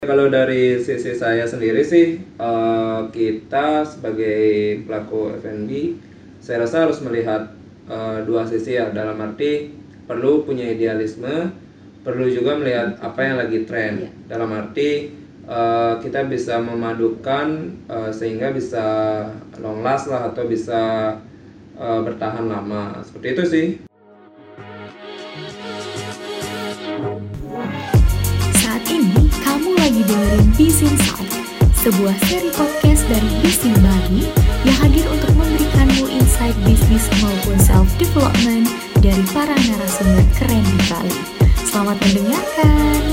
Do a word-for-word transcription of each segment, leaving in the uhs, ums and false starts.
Kalau dari sisi saya sendiri sih, eh, kita sebagai pelaku F and B, saya rasa harus melihat eh, dua sisi ya. Dalam arti perlu punya idealisme, perlu juga melihat apa yang lagi tren. Iya. Dalam arti eh, kita bisa memadukan eh, sehingga bisa long last lah atau bisa eh, bertahan lama. Seperti itu sih. Saat ini kamu lagi dengerin Biz Insight, sebuah seri podcast dari Bizin Bali yang hadir untuk memberikanmu insight bisnis maupun self-development dari para narasumber keren di Bali. Selamat mendengarkan!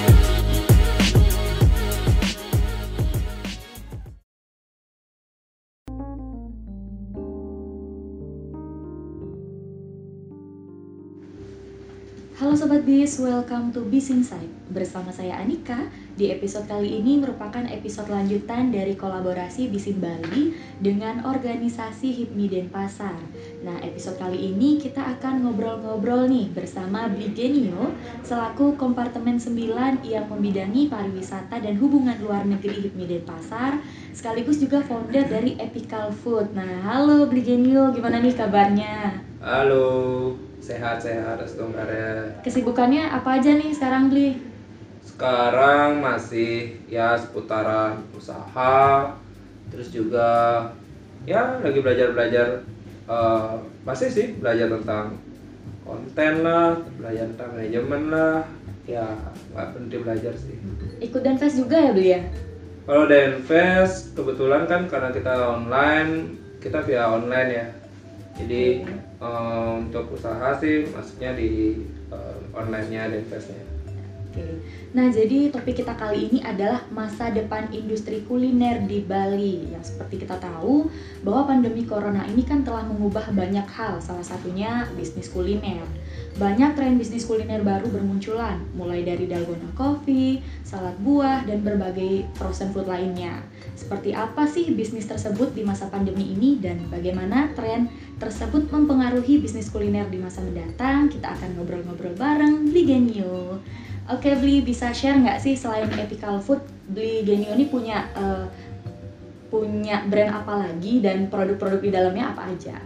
Halo Sobat Biz, welcome to Biz Insight. Bersama saya Anika. Di episode kali ini merupakan episode lanjutan dari kolaborasi Bizin Bali dengan organisasi Hipmi Denpasar. Nah, episode kali ini kita akan ngobrol-ngobrol nih bersama Bligenio selaku Kompartemen sembilan yang membidangi pariwisata dan hubungan luar negeri Hipmi Denpasar, sekaligus juga founder dari Epical Food. Nah, halo Bligenio, gimana nih kabarnya? Halo, sehat-sehat Astongkare. Kesibukannya apa aja nih sekarang, Bli? Sekarang masih ya seputaran usaha, terus juga ya lagi belajar-belajar, eh, masih sih belajar tentang konten lah, belajar tentang manajemen lah, ya nggak berhenti belajar sih. Ikut Danfest juga ya, Bli ya? Kalau Denfest kebetulan kan karena kita online, kita via online ya, jadi eh, untuk usaha sih masuknya di eh, online-nya Denfestnya. Oke. Nah, jadi topik kita kali ini adalah masa depan industri kuliner di Bali. Yang seperti kita tahu bahwa pandemi corona ini kan telah mengubah banyak hal, salah satunya bisnis kuliner. Banyak tren bisnis kuliner baru bermunculan, mulai dari dalgona coffee, salad buah, dan berbagai frozen food lainnya. Seperti apa sih bisnis tersebut di masa pandemi ini dan bagaimana tren tersebut mempengaruhi bisnis kuliner di masa mendatang? Kita akan ngobrol-ngobrol bareng Bligenio. Oke, Bli, bisa share nggak sih selain Epical Food, Bligenio ini punya uh, punya brand apa lagi dan produk-produk di dalamnya apa aja?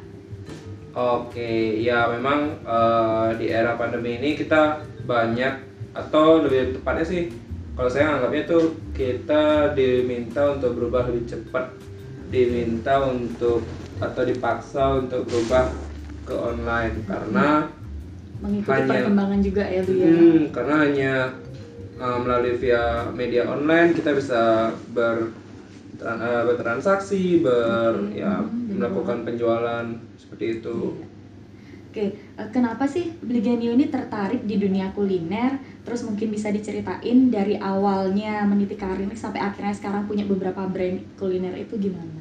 Oke, ya memang eh, di era pandemi ini kita banyak, atau lebih tepatnya sih kalau saya anggapnya tuh kita diminta untuk berubah lebih cepat, diminta untuk atau dipaksa untuk berubah ke online karena Mengikuti hanya perkembangan juga ya, Bli ya? hmm, karena hanya uh, melalui via media online kita bisa ber tran- uh, bertransaksi, ber Oke. ya Hmm, melakukan penjualan seperti itu. Oke, eh, kenapa sih Bligenio ini tertarik di dunia kuliner? Terus mungkin bisa diceritain dari awalnya meniti karir sampai akhirnya sekarang punya beberapa brand kuliner itu gimana?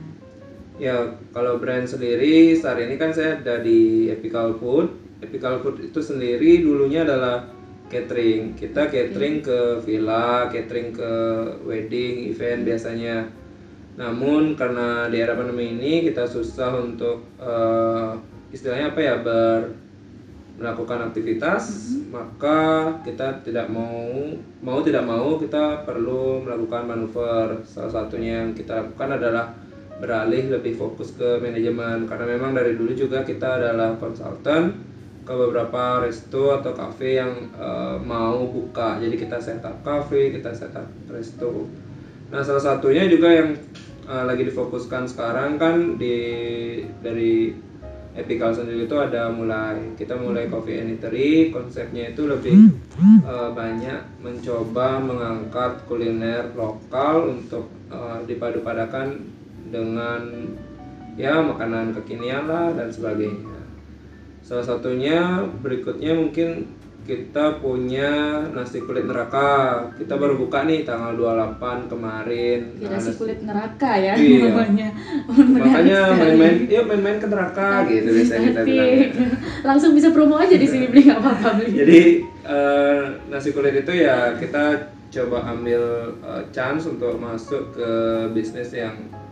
Ya, kalau brand sendiri saat ini kan saya ada di Epical Food. Epical Food itu sendiri dulunya adalah catering. Kita catering ke villa, catering ke wedding, event biasanya. Namun karena di era pandemi ini kita susah untuk eh, istilahnya apa ya, ber melakukan aktivitas, maka kita tidak mau mau tidak mau kita perlu melakukan manuver. Salah satunya yang kita lakukan adalah beralih lebih fokus ke manajemen, karena memang dari dulu juga kita adalah konsultan ke beberapa resto atau cafe yang uh, mau buka. Jadi kita setup cafe, kita setup resto. Nah, salah satunya juga yang uh, lagi difokuskan sekarang kan di dari Epical sendiri itu ada mulai kita mulai coffee and eatery. Konsepnya itu lebih uh, banyak mencoba mengangkat kuliner lokal untuk uh, dipadu-padakan dengan ya makanan kekinian lah dan sebagainya. Salah satunya berikutnya mungkin kita punya nasi kulit neraka. Kita baru buka nih tanggal dua puluh delapan kemarin. Ya, Nah, nasi nasi- kulit neraka ya Iya. namanya. Makanya Menarik sekali. main-main, yuk main-main ke neraka gitu biasanya kita Asik. bilangnya. Langsung bisa promo aja di sini, Bli, nggak apa-apa, Bli. Jadi eh, nasi kulit itu ya kita coba ambil eh, chance untuk masuk ke bisnis yang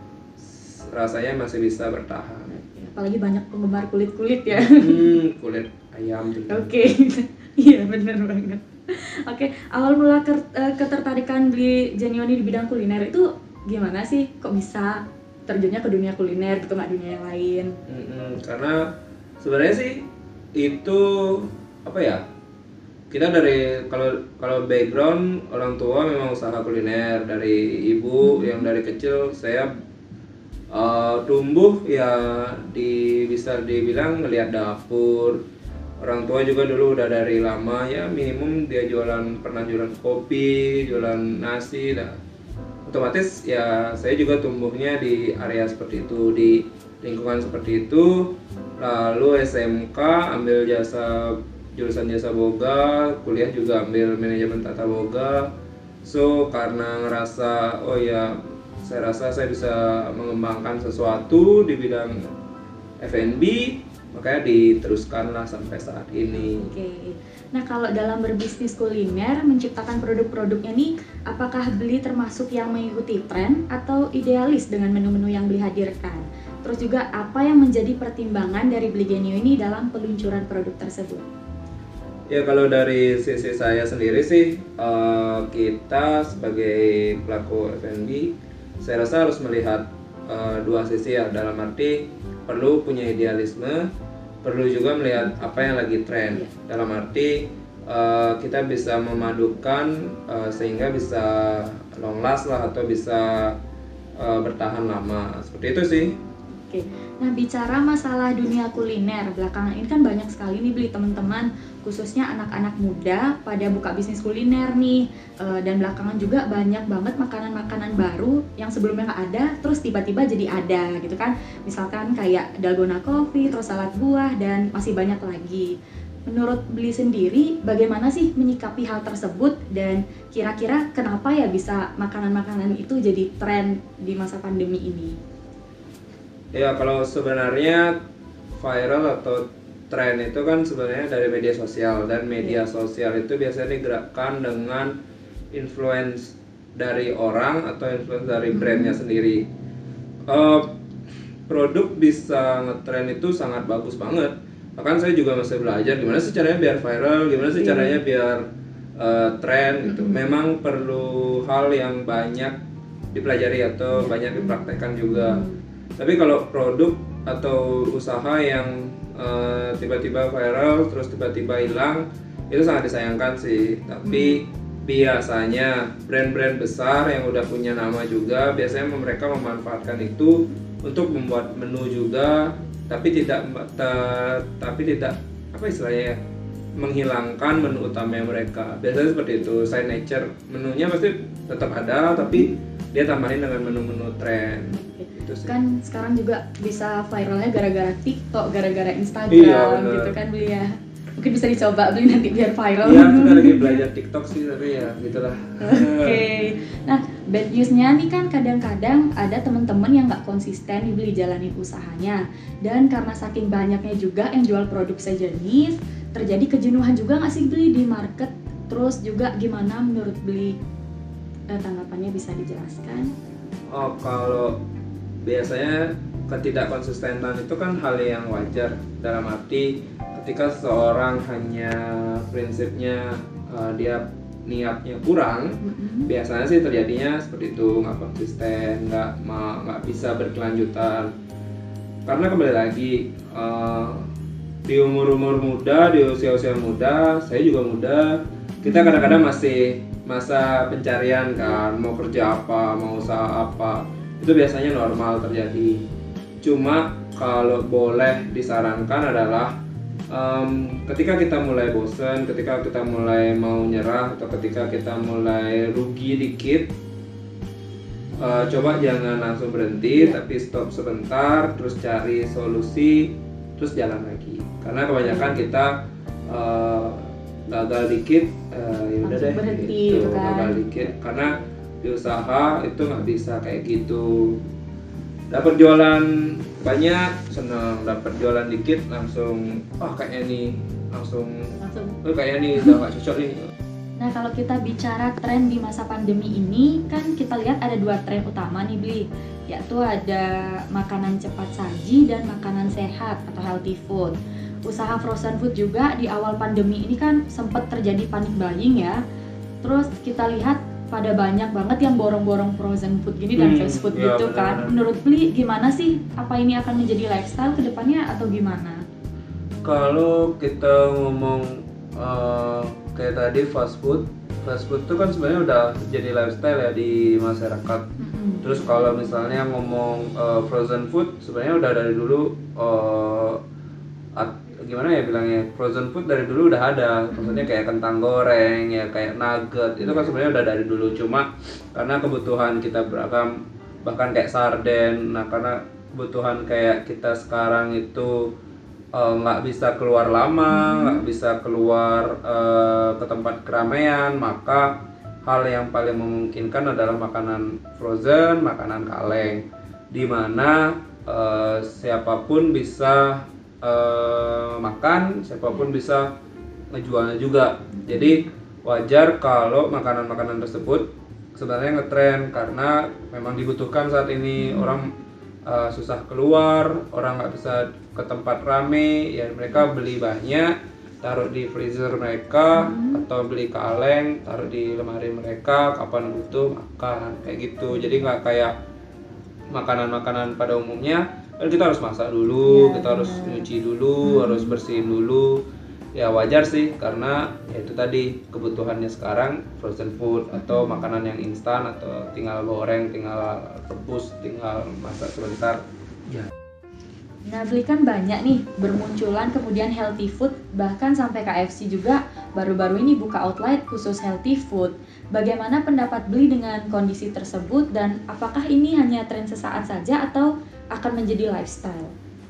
rasanya masih bisa bertahan. Apalagi banyak penggemar kulit-kulit ya. Hmm, kulit ayam juga. Oke. Iya, benar banget. Oke, awal mula ker- eh, ketertarikan Bli Jenioni di bidang kuliner itu gimana sih? Kok bisa terjunnya ke dunia kuliner gitu, nggak dunia yang lain? Mm-mm, karena sebenarnya sih itu apa ya? Kita dari kalau kalau background orang tua memang usaha kuliner, dari ibu yang dari kecil saya uh, tumbuh ya di bisa dibilang ngelihat dapur. Orang tua juga dulu udah dari lama ya, minimum dia jualan, pernah jualan kopi, jualan nasi, dah otomatis ya saya juga tumbuhnya di area seperti itu, di lingkungan seperti itu. Lalu S M K ambil jasa, jurusan jasa boga, kuliah juga ambil manajemen tata boga. So karena ngerasa oh ya saya rasa saya bisa mengembangkan sesuatu di bidang F and B, makanya diteruskanlah sampai saat ini. Oke. Nah, kalau dalam berbisnis kuliner, menciptakan produk-produknya nih, apakah Bli termasuk yang mengikuti tren atau idealis dengan menu-menu yang Bli hadirkan? Terus juga apa yang menjadi pertimbangan dari Bli Genio ini dalam peluncuran produk tersebut? Ya kalau dari sisi saya sendiri sih, uh, kita sebagai pelaku F and B, saya rasa harus melihat uh, dua sisi ya, dalam arti perlu punya idealisme, perlu juga melihat apa yang lagi tren. Dalam arti uh, kita bisa memadukan uh, sehingga bisa long last lah, atau bisa uh, bertahan lama, seperti itu sih. Oke, nah bicara masalah dunia kuliner, belakangan ini kan banyak sekali nih Bli teman-teman, khususnya anak-anak muda pada buka bisnis kuliner nih, e, dan belakangan juga banyak banget makanan-makanan baru yang sebelumnya nggak ada, terus tiba-tiba jadi ada gitu kan, misalkan kayak dalgona coffee, terus salad buah, dan masih banyak lagi. Menurut Bli sendiri, bagaimana sih menyikapi hal tersebut, dan kira-kira kenapa ya bisa makanan-makanan itu jadi tren di masa pandemi ini? Ya kalau sebenarnya viral atau tren itu kan sebenarnya dari media sosial, dan media sosial itu biasanya digerakkan dengan influence dari orang atau influence dari brandnya sendiri. Uh, produk bisa ngetren itu sangat bagus banget. Bahkan saya juga masih belajar gimana sih caranya biar viral, gimana sih caranya biar uh, tren gitu. Memang perlu hal yang banyak dipelajari atau banyak dipraktekkan juga. Tapi kalau produk atau usaha yang uh, tiba-tiba viral terus tiba-tiba hilang, itu sangat disayangkan sih. Tapi hmm. biasanya brand-brand besar yang udah punya nama juga, biasanya mereka memanfaatkan itu untuk membuat menu juga, tapi tidak ta, tapi tidak apa istilahnya ya, menghilangkan menu utama mereka. Biasanya seperti itu, signature menunya pasti tetap ada, tapi dia tambahin dengan menu-menu tren. Itu sih. Kan sekarang juga bisa viralnya gara-gara TikTok, gara-gara Instagram, iya, gitu kan Bli ya. Mungkin bisa dicoba Bli nanti biar viral. Iya, kita lagi belajar TikTok sih, tapi ya gitulah. Oke. Okay. Nah, bad newsnya nih kan kadang-kadang ada teman-teman yang nggak konsisten nih Bli jalanin usahanya, dan karena saking banyaknya juga yang jual produk sejenis, terjadi kejenuhan juga nggak sih Bli di market? Terus juga gimana menurut Bli, eh, tanggapannya bisa dijelaskan? Oh, kalau biasanya ketidakkonsistenan itu kan hal yang wajar, dalam arti ketika seseorang hanya prinsipnya uh, dia niatnya kurang, mm-hmm. biasanya sih terjadinya seperti itu, nggak konsisten, nggak nggak bisa berkelanjutan. Karena kembali lagi uh, di umur-umur muda, di usia-usia muda, saya juga muda, kita kadang-kadang masih masa pencarian kan, mau kerja apa, mau usaha apa, itu biasanya normal terjadi. Cuma kalau boleh disarankan adalah um, ketika kita mulai bosen, ketika kita mulai mau nyerah, atau ketika kita mulai rugi dikit, uh, coba jangan langsung berhenti, tapi stop sebentar, terus cari solusi, terus jalan lagi. Karena kebanyakan kita uh, gagal dikit, uh, ya udah deh, berhenti, gitu, kan? gagal dikit. Karena di usaha itu nggak bisa kayak gitu. Dapat jualan banyak seneng, dapat jualan dikit langsung wah oh, kayaknya nih langsung, langsung. Oh, kayaknya nih udah nggak cocok nih. Nah, kalau kita bicara tren di masa pandemi ini, kan kita lihat ada dua tren utama nih Bli, yaitu ada makanan cepat saji dan makanan sehat atau healthy food. usaha frozen food juga di awal pandemi ini kan sempat terjadi panic buying ya. Terus kita lihat pada banyak banget yang borong-borong frozen food gini dan Hmm, fast food iya, gitu kan. benar-benar. Menurut Bli gimana sih? Apa ini akan menjadi lifestyle ke depannya atau gimana? Kalau kita ngomong eh, kayak tadi fast food, fast food itu kan sebenarnya udah jadi lifestyle ya di masyarakat. Mm-mm. Terus kalau misalnya ngomong eh, frozen food, sebenarnya udah dari dulu eh, at- gimana ya bilangnya, frozen food dari dulu udah ada. Maksudnya kayak kentang goreng ya, kayak nugget, itu kan sebenarnya udah dari dulu. Cuma karena kebutuhan kita beragam, bahkan kayak sarden. Nah karena kebutuhan kayak kita sekarang itu eh, nggak bisa keluar lama, nggak bisa keluar eh, ke tempat keramaian, maka hal yang paling memungkinkan adalah makanan frozen, makanan kaleng, di mana eh, siapapun bisa eh, makan, siapapun bisa ngejualnya juga. Jadi wajar kalau makanan-makanan tersebut sebenarnya ngetren karena memang dibutuhkan saat ini. Orang uh, susah keluar, orang nggak bisa ke tempat rame, ya mereka beli banyak, taruh di freezer mereka, atau beli kaleng, taruh di lemari mereka, kapan butuh makan, kayak gitu. Jadi nggak kayak makanan-makanan pada umumnya kan kita harus masak dulu, Iya, kita harus benar. nyuci dulu, harus bersihin dulu. Ya wajar sih karena ya itu tadi kebutuhannya sekarang frozen food atau makanan yang instan atau tinggal goreng, tinggal rebus, tinggal masak sebentar. Ya. Nah, Bli kan banyak nih bermunculan kemudian healthy food, bahkan sampai K F C juga baru-baru ini buka outlet khusus healthy food. Bagaimana pendapat Bli dengan kondisi tersebut dan apakah ini hanya tren sesaat saja atau akan menjadi lifestyle?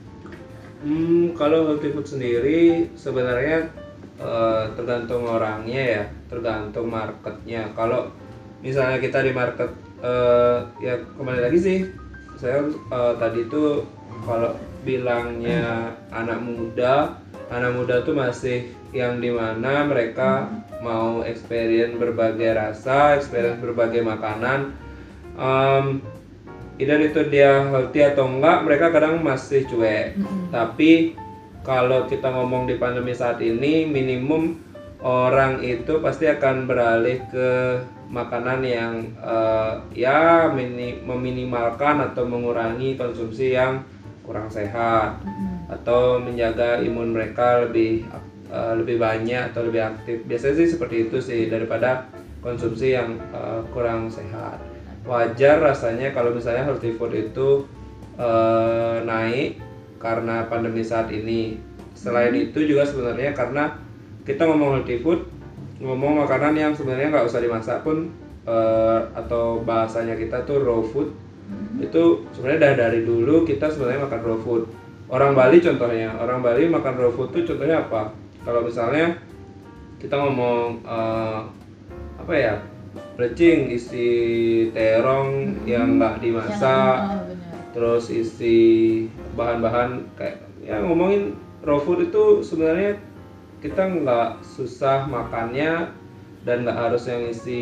Hmm, kalau healthy food sendiri sebenarnya eh, tergantung orangnya ya, tergantung marketnya. Kalau misalnya kita di market eh, ya kembali lagi sih, saya eh, tadi tuh kalau bilangnya anak muda, anak muda tuh masih yang dimana mereka mau experience berbagai rasa, experience berbagai makanan. Em, either itu dia healthy atau enggak, mereka kadang masih cuek. Tapi kalau kita ngomong di pandemi saat ini, minimum orang itu pasti akan beralih ke makanan yang eh, ya mini- meminimalkan atau mengurangi konsumsi yang kurang sehat, atau menjaga imun mereka lebih eh, lebih banyak atau lebih aktif. Biasanya sih seperti itu sih, daripada konsumsi yang eh, kurang sehat. Wajar rasanya kalau misalnya healthy food itu eh, naik karena pandemi saat ini. Selain itu juga sebenarnya karena kita ngomong healthy food, ngomong makanan yang sebenarnya nggak usah dimasak pun eh, atau bahasanya kita tuh raw food, itu sebenarnya dari, dari dulu kita sebenarnya makan raw food. Orang Bali contohnya, orang Bali makan raw food tuh contohnya apa? Kalau misalnya kita ngomong eh, apa ya, plecing isi terong yang nggak dimasak, Oh, benar. terus isi bahan-bahan kayak ya ngomongin raw food itu sebenarnya kita nggak susah makannya dan nggak harus yang isi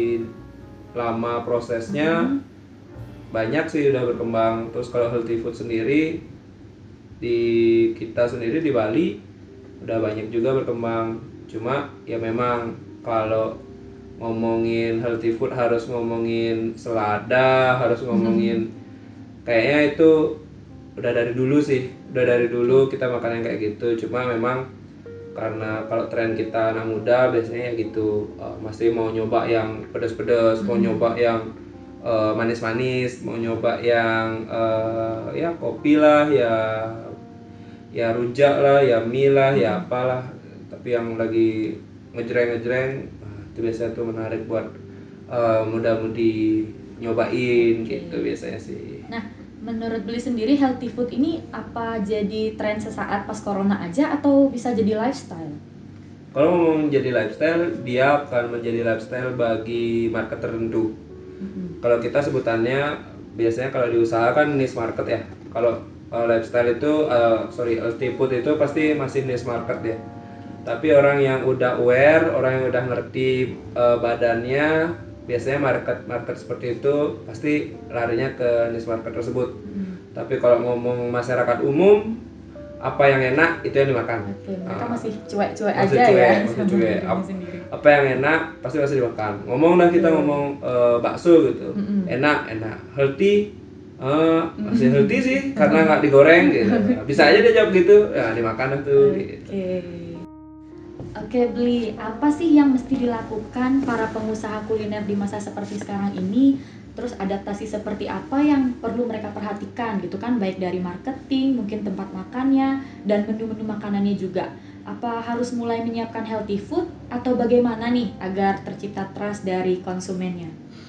lama prosesnya. Banyak sih udah berkembang. Terus kalau healthy food sendiri di kita sendiri di Bali udah banyak juga berkembang. Cuma ya memang kalau ngomongin healthy food harus ngomongin selada, harus ngomongin kayaknya itu udah dari dulu sih, udah dari dulu kita makan yang kayak gitu. Cuma memang karena kalau tren kita anak muda biasanya ya gitu, uh, masih mau nyoba yang pedas-pedas, mau nyoba yang uh, manis-manis, mau nyoba yang uh, ya kopi lah, ya ya rujak lah, ya mie lah, ya apalah. Tapi yang lagi ngejreng-ngejreng, nah, itu biasanya tuh menarik buat uh, muda-mudi nyobain gitu biasanya sih. Nah, menurut Beli sendiri healthy food ini apa jadi tren sesaat pas corona aja atau bisa jadi lifestyle? Kalau mau menjadi lifestyle, dia akan menjadi lifestyle bagi market tertentu. Kalau kita sebutannya biasanya kalau di usaha kan niche market ya. Kalau uh, lifestyle itu, uh, sorry, healthy food itu pasti masih niche market ya. Tapi orang yang udah aware, orang yang udah ngerti uh, badannya, biasanya market market seperti itu pasti larinya ke niche market tersebut. Tapi kalau ngomong masyarakat umum, apa yang enak itu yang dimakan. Oke, mereka Ah, masih cuek-cuek masih aja cuek, ya masih sama cuek. dirinya Ap- sendiri. apa yang enak pasti masih dimakan. Ngomong dah kita Oke. ngomong eh, bakso gitu, Mm-mm. enak enak, healthy, eh, masih healthy sih karena nggak digoreng gitu. Bisa aja dia jawab gitu, ya dimakan dah tuh. Gitu. Oke. Oke, Bli, apa sih yang mesti dilakukan para pengusaha kuliner di masa seperti sekarang ini? Terus adaptasi seperti apa yang perlu mereka perhatikan gitu kan, baik dari marketing, mungkin tempat makannya, dan menu-menu makanannya juga. Apa harus mulai menyiapkan healthy food atau bagaimana nih agar tercipta trust dari konsumennya?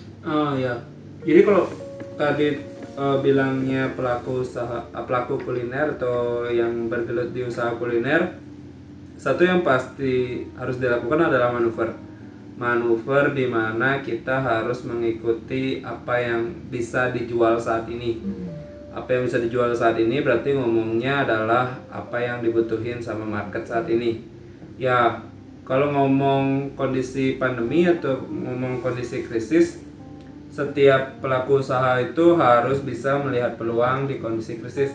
Oh ya, jadi kalau tadi eh, bilangnya pelaku usaha, eh, pelaku kuliner atau yang bergelut di usaha kuliner, satu yang pasti harus dilakukan adalah manuver. Manuver di mana kita harus mengikuti apa yang bisa dijual saat ini. Apa yang bisa dijual saat ini berarti ngomongnya adalah apa yang dibutuhin sama market saat ini. Ya, kalau ngomong kondisi pandemi atau ngomong kondisi krisis, setiap pelaku usaha itu harus bisa melihat peluang di kondisi krisis.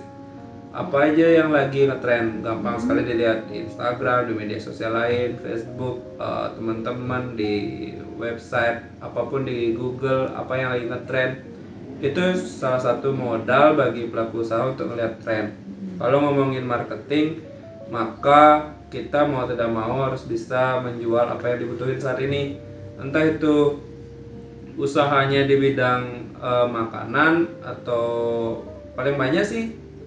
Apa aja yang lagi ngetren, gampang sekali dilihat di Instagram, di media sosial lain, Facebook, eh, teman-teman di website, apapun di Google, apa yang lagi ngetren. Itu salah satu modal bagi pelaku usaha untuk melihat tren. Kalau ngomongin marketing, maka kita mau tidak mau harus bisa menjual apa yang dibutuhin saat ini. Entah itu usahanya di bidang eh, makanan atau paling banyak sih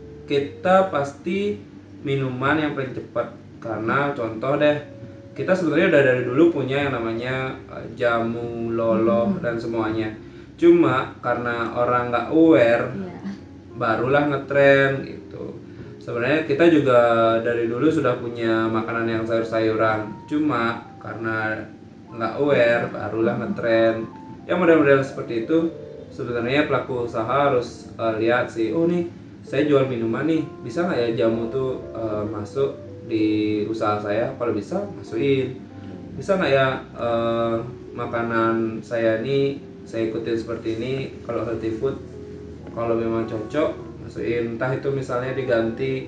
kita pasti minuman yang paling cepat. Karena contoh deh, kita sebenarnya udah dari dulu punya yang namanya eh, jamu, loloh dan semuanya. Cuma karena orang nggak aware, Iya. barulah ngetren gitu. Sebenarnya kita juga dari dulu sudah punya makanan yang sayur-sayuran, cuma karena nggak aware barulah ngetren. Yang model-model seperti itu sebenarnya pelaku usaha harus eh, lihat sih, oh nih saya jual minuman nih, bisa nggak ya jamu tuh eh, masuk di usaha saya? Kalau bisa masukin. Bisa nggak ya eh, makanan saya ini saya ikutin seperti ini, kalau healthy food kalau memang cocok masukin. Entah itu misalnya diganti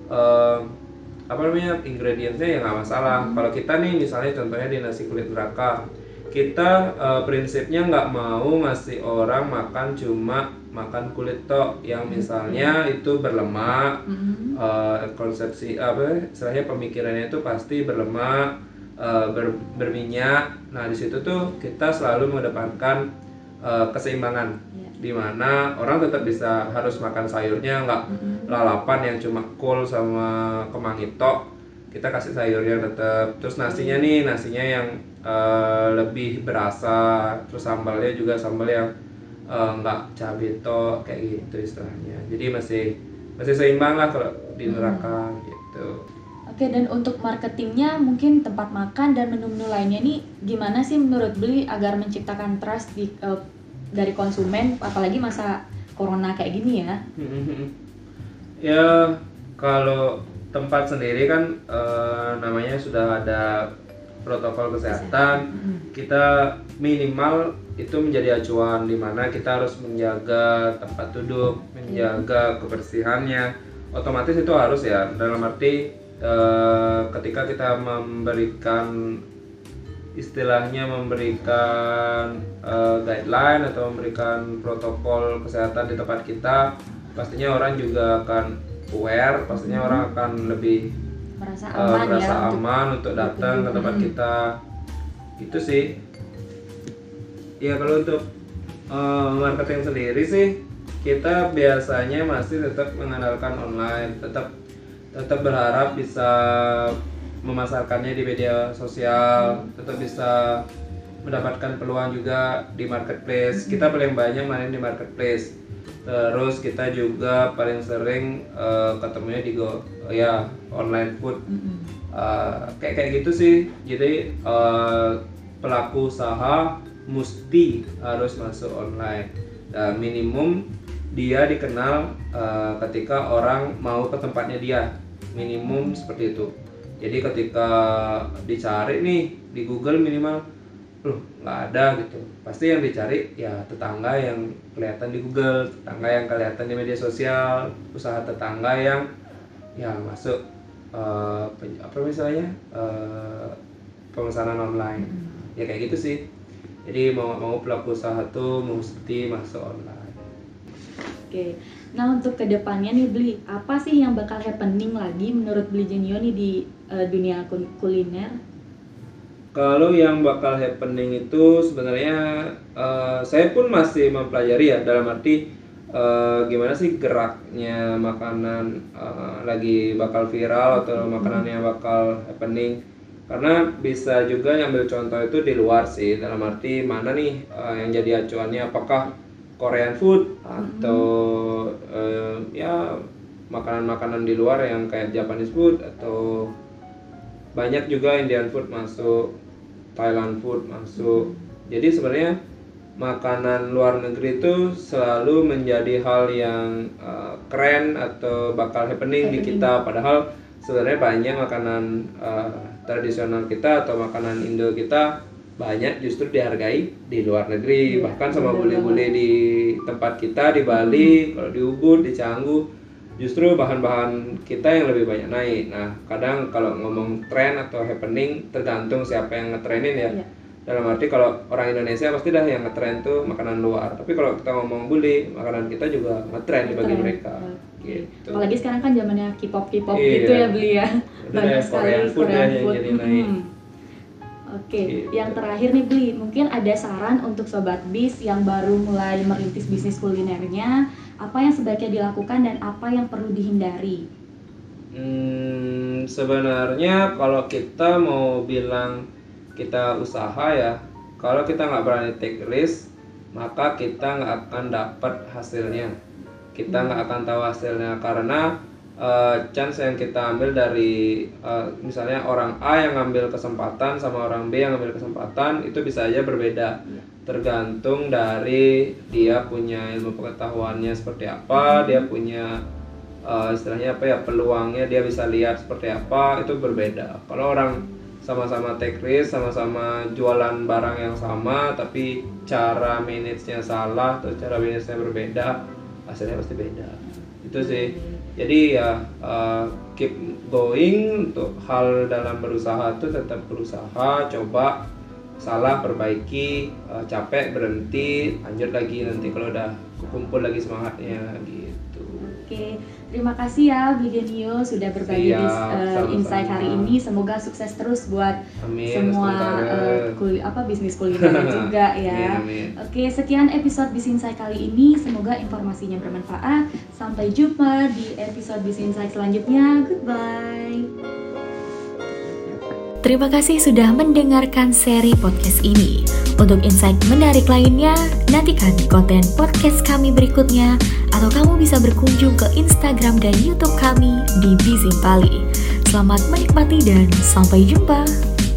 eh, apa namanya ingredientsnya ya nggak masalah. Kalau kita nih misalnya contohnya di nasi kulit neraka, kita eh, prinsipnya nggak mau ngasih orang makan cuma makan kulit tok yang misalnya itu berlemak. Mm-mm. eh, konsepsi apa istilahnya pemikirannya itu pasti berlemak, eh, ber- berminyak. Nah di situ tuh kita selalu mengedepankan eh, keseimbangan, Iya. di mana orang tetap bisa harus makan sayurnya, nggak Mm-mm. lalapan yang cuma kol sama kemangi tok. Kita kasih sayurnya tetap. Terus nasinya nih nasinya yang eh, lebih berasa, terus sambalnya juga sambal yang eh, nggak cabai tok kayak gitu istilahnya. Jadi masih masih seimbang lah kalau di neraka gitu. Oke, dan untuk marketingnya mungkin tempat makan dan menu-menu lainnya nih gimana sih menurut Beli agar menciptakan trust di, eh, dari konsumen apalagi masa corona kayak gini ya? Ya kalau tempat sendiri kan eh, namanya sudah ada protokol kesehatan, kita minimal itu menjadi acuan di mana kita harus menjaga tempat duduk, menjaga kebersihannya. Otomatis itu harus ya, dalam arti eh, ketika kita memberikan istilahnya memberikan eh, guideline atau memberikan protokol kesehatan di tempat kita, pastinya orang juga akan aware, pastinya orang akan lebih Merasa eh, aman merasa ya aman untuk datang ke tempat Mm-mm. kita. Itu sih. Ya kalau untuk eh, marketing sendiri sih kita biasanya masih tetap mengandalkan online, tetap tetap berharap bisa memasarkannya di media sosial, tetap bisa mendapatkan peluang juga di marketplace. Kita paling banyak main di marketplace. Terus kita juga paling sering eh, ketemunya di go, ya online food. Eh, kayak kayak gitu sih. Jadi eh, pelaku usaha mesti harus masuk online. Dan minimum dia dikenal eh, ketika orang mau ke tempatnya dia. Minimum seperti itu. Jadi ketika dicari nih di Google minimal, loh nggak ada gitu. Pasti yang dicari ya tetangga yang kelihatan di Google, tetangga yang kelihatan di media sosial, usaha tetangga yang ya masuk uh, pen- apa misalnya uh, pemesanan online. Hmm. Ya kayak gitu sih. Jadi mau mau pelaku usaha tuh mesti masuk online. Oke. Nah, untuk kedepannya nih Bli, apa sih yang bakal happening lagi menurut Bli Genio nih di uh, dunia kuliner? Kalau yang bakal happening itu sebenarnya uh, saya pun masih mempelajari ya, dalam arti uh, gimana sih geraknya makanan uh, lagi bakal viral atau makanannya bakal happening. Karena bisa juga ngambil contoh itu di luar sih, dalam arti mana nih uh, yang jadi acuannya, apakah Korean food atau uh, ya makanan-makanan di luar yang kayak Japanese food, atau banyak juga Indian food masuk, Thailand food masuk. Jadi sebenarnya makanan luar negeri itu selalu menjadi hal yang uh, keren atau bakal happening, happening di kita, padahal sebenarnya banyak makanan uh, tradisional kita atau makanan Indo kita banyak justru dihargai di luar negeri. Ya, bahkan sama bule-bule di tempat kita di Bali, hmm. kalau di Ubud, di Canggu, justru bahan-bahan kita yang lebih banyak naik. Nah, kadang kalau ngomong tren atau happening tergantung siapa yang ngetrenin ya. Ya. Dalam arti kalau orang Indonesia pasti dah yang ngetren tuh makanan luar. Tapi kalau kita ngomong bule, makanan kita juga ngetren bagi mereka. Gitu. Apalagi sekarang kan zamannya K-pop K-pop iya. gitu ya Beli ya. Banyak sekali Korean food, Korean food. Yang jadi naik. Hmm. Oke, gitu. Yang terakhir nih Bli, mungkin ada saran untuk sobat bis yang baru mulai merintis bisnis kulinernya, apa yang sebaiknya dilakukan dan apa yang perlu dihindari? Hmm, sebenarnya kalau kita mau bilang kita usaha ya, kalau kita nggak berani take risk, maka kita nggak akan dapat hasilnya. Kita nggak akan tahu hasilnya karena uh, chance yang kita ambil dari uh, misalnya orang A yang ngambil kesempatan sama orang B yang ngambil kesempatan itu bisa aja berbeda, tergantung dari dia punya ilmu pengetahuannya seperti apa, dia punya uh, istilahnya apa ya, peluangnya dia bisa lihat seperti apa, itu berbeda. Kalau orang sama-sama take risk, sama-sama jualan barang yang sama tapi cara manage-nya salah atau cara manage-nya berbeda, hasilnya pasti beda. Itu sih. Jadi ya uh, keep going. Untuk hal dalam berusaha itu tetap berusaha, coba, salah perbaiki, uh, capek berhenti, lanjut lagi nanti kalau udah kumpul lagi semangatnya gitu. Oke, terima kasih ya Bli Genio sudah berbagi Siap, dis, uh, insight hari ini. Semoga sukses terus buat amin, semua uh, kul- apa bisnis kuliner juga ya. Amin, amin. Oke, sekian episode Bis Insight kali ini. Semoga informasinya bermanfaat. Sampai jumpa di episode Bis Insight selanjutnya. Goodbye. Terima kasih sudah mendengarkan seri podcast ini. Untuk insight menarik lainnya, nantikan konten podcast kami berikutnya, atau kamu bisa berkunjung ke Instagram dan YouTube kami di Bizin Bali. Selamat menikmati dan sampai jumpa.